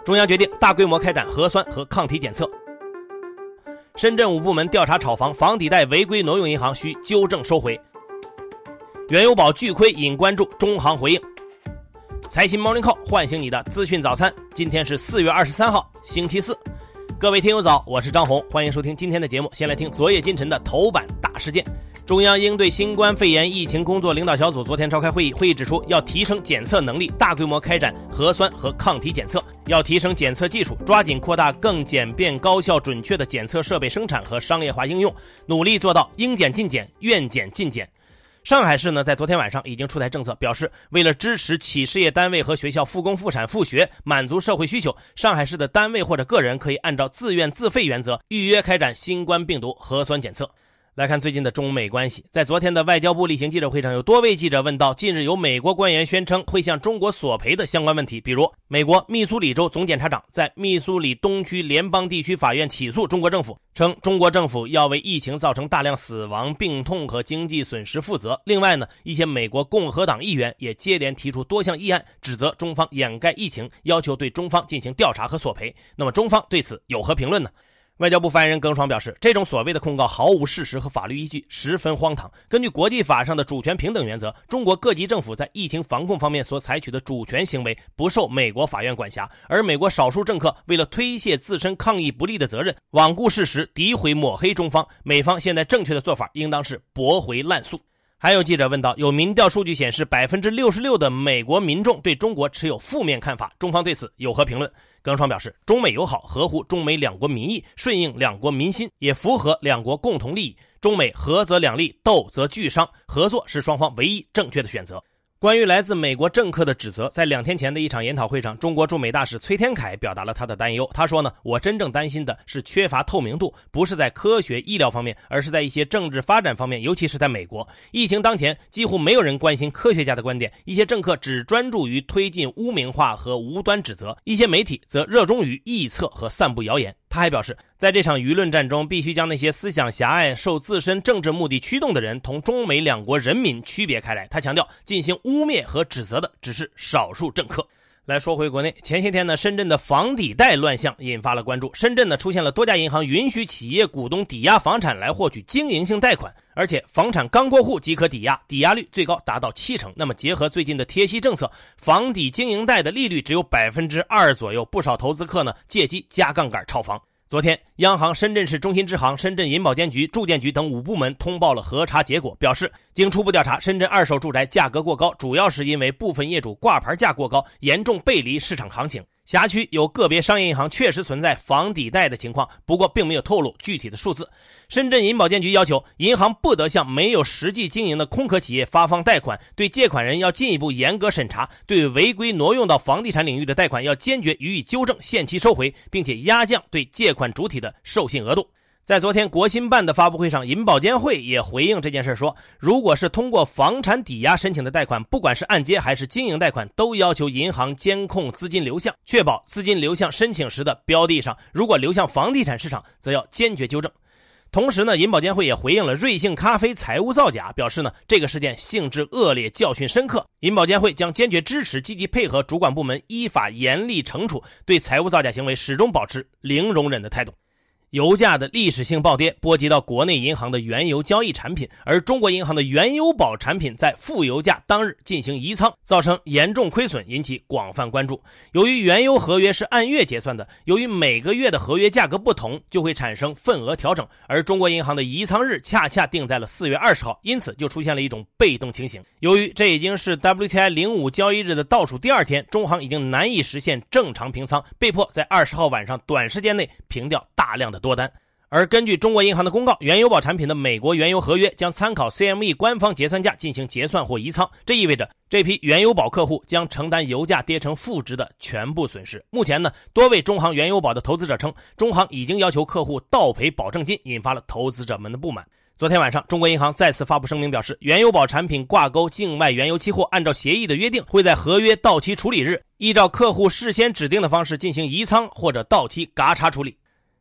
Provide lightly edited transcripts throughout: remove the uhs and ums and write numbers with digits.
中央决定大规模开展核酸和抗体检测。深圳5部门调查炒房，房抵贷违规挪用银行需纠正收回。原油宝巨亏引关注，中行回应。财新 Morning Call 唤醒你的资讯早餐。今天是4月23号，星期四。各位听友早，我是张红，欢迎收听今天的节目。先来听昨夜今晨的头版大事件。中央应对新冠肺炎疫情工作领导小组昨天召开会议，会议指出要提升检测能力，大规模开展核酸和抗体检测，要提升检测技术，抓紧扩大更简便、高效、准确的检测设备生产和商业化应用，努力做到应检尽检、愿检尽检。上海市呢，在昨天晚上已经出台政策，表示为了支持企事业单位和学校复工复产复学，满足社会需求，上海市的单位或者个人可以按照自愿自费原则预约开展新冠病毒核酸检测。来看最近的中美关系，在昨天的外交部例行记者会上，有多位记者问到近日由美国官员宣称会向中国索赔的相关问题，比如美国密苏里州总检察长在密苏里东区联邦地区法院起诉中国政府，称中国政府要为疫情造成大量死亡、病痛和经济损失负责。另外呢，一些美国共和党议员也接连提出多项议案，指责中方掩盖疫情，要求对中方进行调查和索赔。那么中方对此有何评论呢？外交部发言人耿爽表示，这种所谓的控告毫无事实和法律依据，十分荒唐。根据国际法上的主权平等原则，中国各级政府在疫情防控方面所采取的主权行为不受美国法院管辖，而美国少数政客为了推卸自身抗疫不力的责任，罔顾事实，诋毁抹黑中方，美方现在正确的做法应当是驳回滥诉。还有记者问到，有民调数据显示 66% 的美国民众对中国持有负面看法，中方对此有何评论？耿爽表示，中美友好合乎中美两国民意，顺应两国民心，也符合两国共同利益。中美合则两利，斗则俱伤，合作是双方唯一正确的选择。关于来自美国政客的指责，在2天前的一场研讨会上，中国驻美大使崔天凯表达了他的担忧。他说呢，我真正担心的是缺乏透明度，不是在科学医疗方面，而是在一些政治发展方面，尤其是在美国。疫情当前，几乎没有人关心科学家的观点，一些政客只专注于推进污名化和无端指责，一些媒体则热衷于臆测和散布谣言。他还表示，在这场舆论战中，必须将那些思想狭隘、受自身政治目的驱动的人同中美两国人民区别开来。他强调，进行污蔑和指责的只是少数政客。来说回国内，前些天呢，深圳的房抵贷乱象引发了关注。深圳呢，出现了多家银行允许企业股东抵押房产来获取经营性贷款，而且房产刚过户即可抵押，抵押率最高达到70%。那么结合最近的贴息政策，房抵经营贷的利率只有 2% 左右，不少投资客呢借机加杠杆炒房。昨天，央行、深圳市中心支行、深圳银保监局、住建局等5部门通报了核查结果，表示经初步调查，深圳二手住宅价格过高，主要是因为部分业主挂牌价过高，严重背离市场行情。辖区有个别商业银行确实存在房抵贷的情况，不过并没有透露具体的数字。深圳银保监局要求银行不得向没有实际经营的空壳企业发放贷款，对借款人要进一步严格审查，对违规挪用到房地产领域的贷款要坚决予以纠正，限期收回，并且压降对借款主体的授信额度。在昨天国新办的发布会上，银保监会也回应这件事说，如果是通过房产抵押申请的贷款，不管是按揭还是经营贷款，都要求银行监控资金流向，确保资金流向申请时的标的上，如果流向房地产市场，则要坚决纠正。同时呢，银保监会也回应了瑞幸咖啡财务造假，表示呢，这个事件性质恶劣，教训深刻，银保监会将坚决支持，积极配合主管部门依法严厉惩处，对财务造假行为始终保持零容忍的态度。油价的历史性暴跌波及到国内银行的原油交易产品，而中国银行的原油宝产品在负油价当日进行移仓，造成严重亏损，引起广泛关注。由于原油合约是按月结算的，由于每个月的合约价格不同，就会产生份额调整，而中国银行的移仓日恰恰定在了4月20号，因此就出现了一种被动情形。由于这已经是 WTI 05交易日的倒数第2天，中行已经难以实现正常平仓，被迫在20号晚上短时间内平掉大量的多单。而根据中国银行的公告，原油宝产品的美国原油合约将参考 CME 官方结算价进行结算或移仓，这意味着这批原油宝客户将承担油价跌成负值的全部损失。目前呢，多位中行原油宝的投资者称，中行已经要求客户倒赔保证金，引发了投资者们的不满。昨天晚上，中国银行再次发布声明表示，原油宝产品挂钩境外原油期货，按照协议的约定，会在合约到期处理日，依照客户事先指定的方式进行移仓或者到期嘎差处理。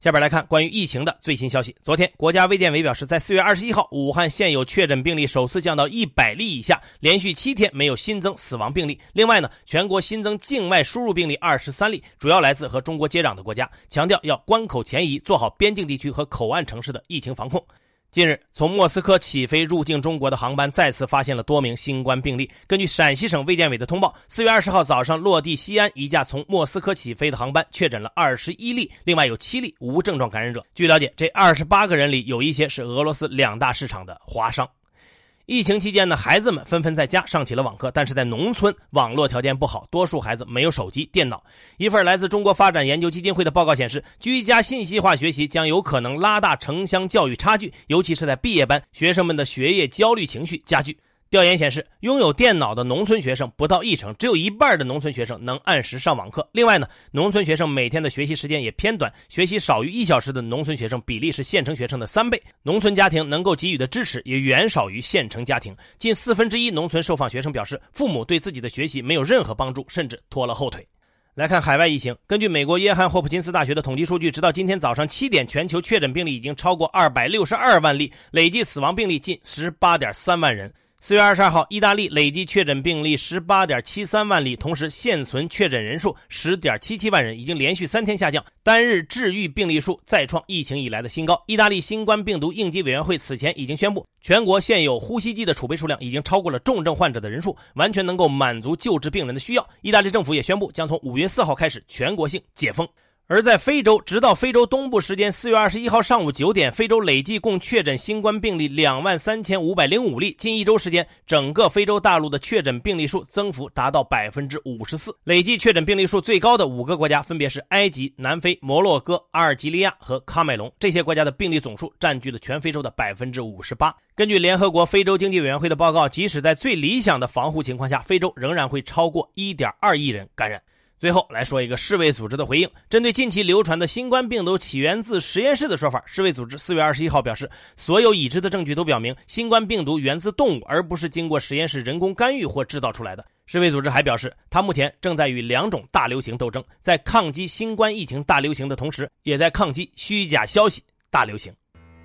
下边来看关于疫情的最新消息。昨天，国家卫健委表示，在4月21号，武汉现有确诊病例首次降到100例以下，连续7天没有新增死亡病例。另外呢，全国新增境外输入病例23例，主要来自和中国接壤的国家，强调要关口前移，做好边境地区和口岸城市的疫情防控。近日，从莫斯科起飞入境中国的航班再次发现了多名新冠病例。根据陕西省卫健委的通报，4月20号早上落地西安一架从莫斯科起飞的航班确诊了21例，另外有7例无症状感染者。据了解，这28个人里有一些是俄罗斯2大市场的华商。疫情期间呢，孩子们纷纷在家上起了网课，但是在农村网络条件不好，多数孩子没有手机、电脑。一份来自中国发展研究基金会的报告显示，居家信息化学习将有可能拉大城乡教育差距，尤其是在毕业班，学生们的学业焦虑情绪加剧。调研显示，拥有电脑的农村学生不到1成，只有一半的农村学生能按时上网课。另外呢，农村学生每天的学习时间也偏短，学习少于1小时的农村学生比例是县城学生的3倍。农村家庭能够给予的支持也远少于县城家庭。近1/4农村受访学生表示，父母对自己的学习没有任何帮助，甚至拖了后腿。来看海外疫情，根据美国约翰霍普金斯大学的统计数据，直到今天早上7点，全球确诊病例已经超过262万例，累计死亡病例近18.3万人。4月22号，意大利累计确诊病例18.73万例，同时现存确诊人数10.77万人，已经连续3天下降，单日治愈病例数再创疫情以来的新高。意大利新冠病毒应急委员会此前已经宣布，全国现有呼吸机的储备数量已经超过了重症患者的人数，完全能够满足救治病人的需要。意大利政府也宣布将从5月4号开始全国性解封。而在非洲，直到非洲东部时间4月21号上午9点，非洲累计共确诊新冠病例23505例。近一周时间，整个非洲大陆的确诊病例数增幅达到 54%。累计确诊病例数最高的5个国家分别是埃及、南非、摩洛哥、阿尔及利亚和喀麦隆。这些国家的病例总数占据了全非洲的 58%。根据联合国非洲经济委员会的报告，即使在最理想的防护情况下，非洲仍然会超过 1.2 亿人感染。最后来说一个世卫组织的回应，针对近期流传的新冠病毒起源自实验室的说法，世卫组织4月21号表示，所有已知的证据都表明新冠病毒源自动物，而不是经过实验室人工干预或制造出来的。世卫组织还表示，他目前正在与2种大流行斗争，在抗击新冠疫情大流行的同时，也在抗击虚假消息大流行。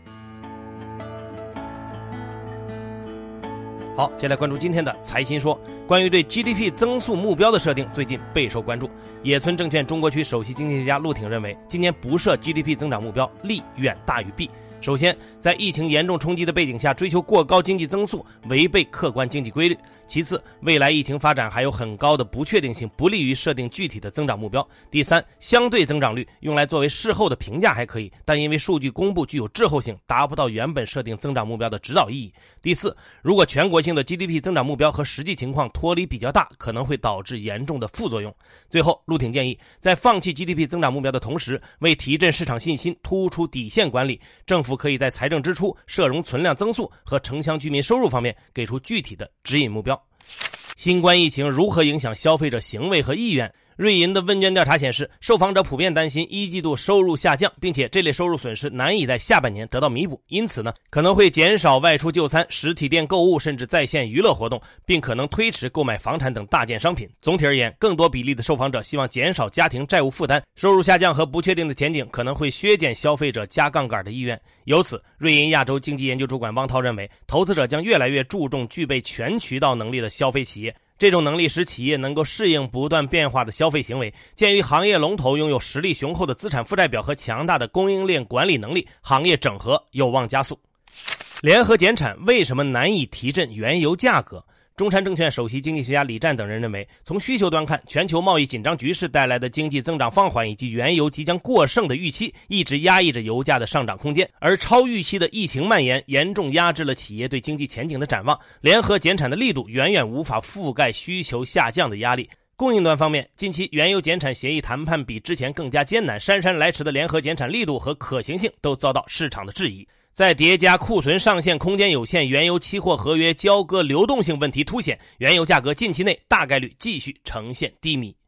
好，接下来关注今天的财新说。关于对 GDP 增速目标的设定，最近备受关注。野村证券中国区首席经济学家陆挺认为，今年不设 GDP 增长目标，利远大于弊。首先，在疫情严重冲击的背景下，追求过高经济增速违背客观经济规律。其次，未来疫情发展还有很高的不确定性，不利于设定具体的增长目标。第三，相对增长率用来作为事后的评价还可以，但因为数据公布具有滞后性，达不到原本设定增长目标的指导意义。第四，如果全国性的 GDP 增长目标和实际情况脱离比较大，可能会导致严重的副作用。最后，陆挺建议，在放弃 GDP 增长目标的同时，为提振市场信心，突出底线管理，政府可以在财政支出、社融存量增速和城乡居民收入方面给出具体的指引目标。新冠疫情如何影响消费者行为和意愿？瑞银的问卷调查显示，受访者普遍担心一季度收入下降，并且这类收入损失难以在下半年得到弥补，因此呢，可能会减少外出就餐、实体店购物，甚至在线娱乐活动，并可能推迟购买房产等大件商品。总体而言，更多比例的受访者希望减少家庭债务负担，收入下降和不确定的前景可能会削减消费者加杠杆的意愿。由此，瑞银亚洲经济研究主管汪涛认为，投资者将越来越注重具备全渠道能力的消费企业。这种能力使企业能够适应不断变化的消费行为。鉴于行业龙头拥有实力雄厚的资产负债表和强大的供应链管理能力，行业整合有望加速。联合减产为什么难以提振原油价格？中山证券首席经济学家李湛等人认为，从需求端看，全球贸易紧张局势带来的经济增长放缓以及原油即将过剩的预期，一直压抑着油价的上涨空间。而超预期的疫情蔓延，严重压制了企业对经济前景的展望。联合减产的力度远远无法覆盖需求下降的压力。供应端方面，近期原油减产协议谈判比之前更加艰难，姗姗来迟的联合减产力度和可行性都遭到市场的质疑。在叠加库存上限空间有限、原油期货合约交割流动性问题凸显，原油价格近期内大概率继续呈现低迷。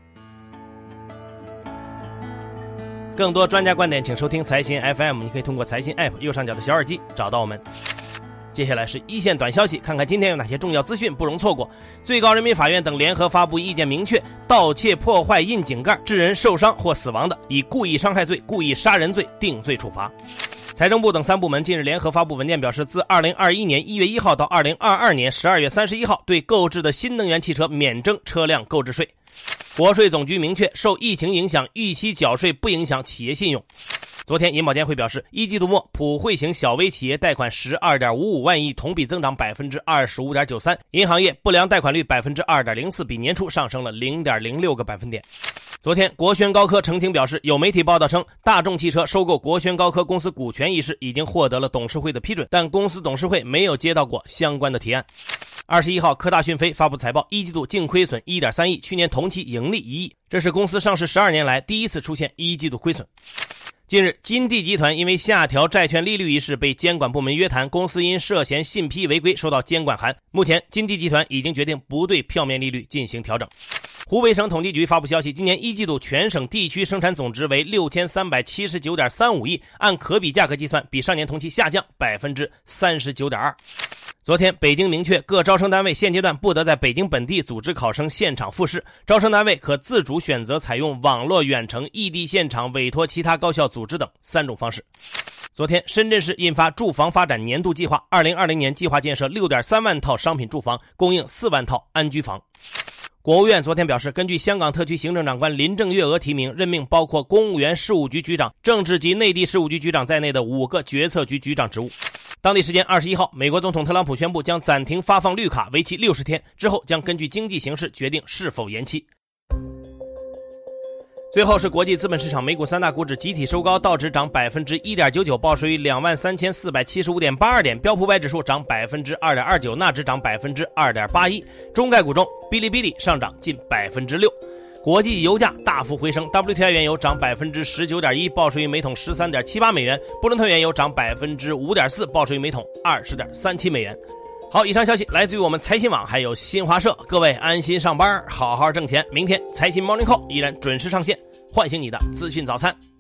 更多专家观点请收听财新 FM， 你可以通过财新 App 右上角的小耳机找到我们。 接下来是一线短消息，看看今天有哪些重要资讯不容错过。最高人民法院等联合发布意见，明确盗窃、破坏窨井盖致人受伤或死亡的，以故意伤害罪、故意杀人罪定罪处罚。财政部等3部门近日联合发布文件表示，自2021年1月1号到2022年12月31号，对购置的新能源汽车免征车辆购置税。国税总局明确，受疫情影响，预期缴税不影响企业信用。昨天银保监会表示，一季度末普惠型小微企业贷款 12.55 万亿，同比增长 25.93%， 银行业不良贷款率 2.04%， 比年初上升了 0.06 个百分点。昨天国轩高科澄清表示，有媒体报道称大众汽车收购国轩高科公司股权一事已经获得了董事会的批准，但公司董事会没有接到过相关的提案。21号科大讯飞发布财报，一季度净亏损 1.3 亿，去年同期盈利1亿，这是公司上市12年来第一次出现一季度亏损。近日，金地集团因为下调债券利率一事被监管部门约谈，公司因涉嫌信批违规收到监管函。目前，金地集团已经决定不对票面利率进行调整。湖北省统计局发布消息，今年一季度全省地区生产总值为 6379.35 亿，按可比价格计算，比上年同期下降 39.2%。昨天，北京明确各招生单位现阶段不得在北京本地组织考生现场复试，招生单位可自主选择采用网络远程、异地现场、委托其他高校组织等3种方式。昨天，深圳市印发住房发展年度计划，2020年计划建设 6.3 万套商品住房，供应4万套安居房。国务院昨天表示，根据香港特区行政长官林郑月娥提名，任命包括公务员事务局局长、政治及内地事务局局长在内的5个决策局局长职务。当地时间21号，美国总统特朗普宣布将暂停发放绿卡，为期60天，之后将根据经济形势决定是否延期。最后是国际资本市场，美股3大股指集体收高，道指涨 1.99%， 报收于 23,475.82 点，标普500指数涨 2.29%， 纳指涨 2.81%。中概股中，哔哩哔哩上涨近 6%。国际油价大幅回升， WTI 原油涨 19.1%， 报收于每桶 13.78 美元，布伦特原油涨 5.4%， 报收于每桶 20.37 美元。好，以上消息来自于我们财新网还有新华社，各位安心上班，好好挣钱。明天财新 Morning Call 依然准时上线，唤醒你的资讯早餐。